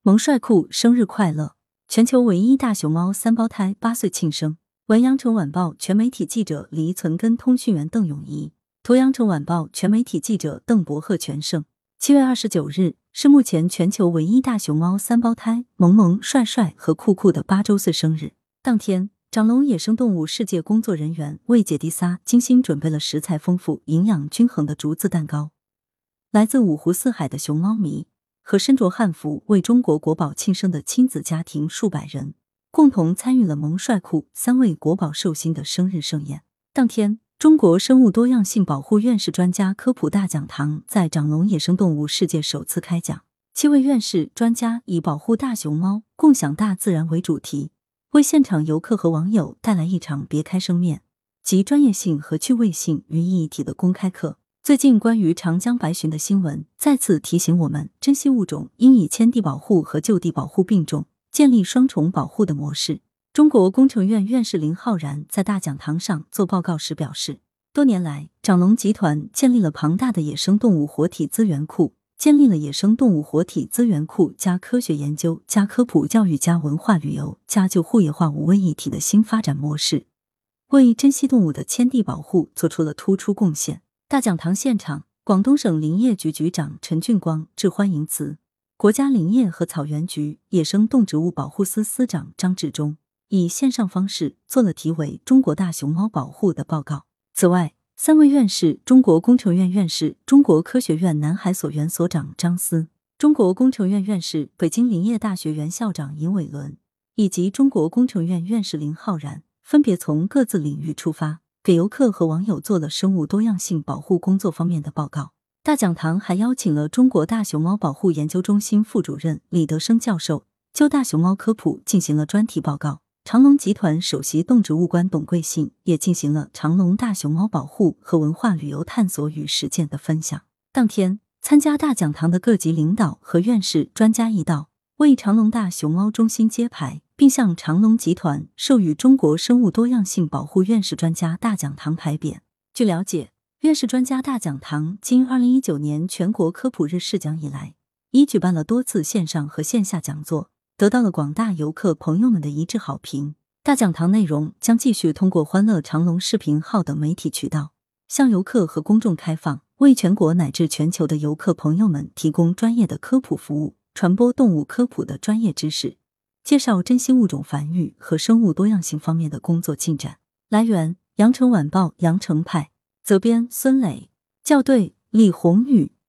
萌帅酷生日快乐！全球唯一大熊猫三胞胎8岁庆生。文阳城晚报全媒体记者黎存根，通讯员邓永怡。图阳城晚报全媒体记者邓博鹤全胜。7月29日是目前全球唯一大熊猫三胞胎萌萌、帅帅和酷酷的8周岁生日。当天，长隆野生动物世界工作人员为姐弟仨精心准备了食材丰富、营养均衡的竹子蛋糕。来自五湖四海的熊猫迷和身着汉服为中国国宝庆生的亲子家庭数百人，共同参与了萌帅酷3位国宝寿星的生日盛宴。当天，中国生物多样性保护院士专家科普大讲堂在长隆野生动物世界首次开讲，7位院士专家以保护大熊猫、共享大自然为主题，为现场游客和网友带来一场别开生面，集专业性和趣味性于一体的公开课。最近关于长江白鲟的新闻再次提醒我们，珍稀物种应以迁地保护和就地保护并重，建立双重保护的模式。中国工程院院士林浩然在大讲堂上做报告时表示，多年来，长隆集团建立了庞大的野生动物活体资源库，建立了野生动物活体资源库加科学研究加科普教育加文化旅游加救护野化5位一体的新发展模式，为珍稀动物的迁地保护做出了突出贡献。大讲堂现场，广东省林业局局长陈俊光致欢迎词，国家林业和草原局野生动植物保护司司长张志忠以线上方式做了题为《中国大熊猫保护》的报告。此外，3位院士，中国工程院院士、中国科学院南海所原所长张思，中国工程院院士、北京林业大学原校长尹伟伦，以及中国工程院院士林浩然，分别从各自领域出发，给游客和网友做了生物多样性保护工作方面的报告。大讲堂还邀请了中国大熊猫保护研究中心副主任李德生教授，就大熊猫科普进行了专题报告。长隆集团首席动植物官董贵信也进行了长隆大熊猫保护和文化旅游探索与实践的分享。当天，参加大讲堂的各级领导和院士专家一道，为长隆大熊猫中心揭牌，并向长隆集团授予中国生物多样性保护院士专家大讲堂牌匾。据了解，院士专家大讲堂经2019年全国科普日试讲以来，已举办了多次线上和线下讲座，得到了广大游客朋友们的一致好评。大讲堂内容将继续通过欢乐长隆视频号等媒体渠道，向游客和公众开放，为全国乃至全球的游客朋友们提供专业的科普服务，传播动物科普的专业知识，介绍珍稀物种繁育和生物多样性方面的工作进展。来源：羊城晚报羊城派，责编孙磊，校对李红宇。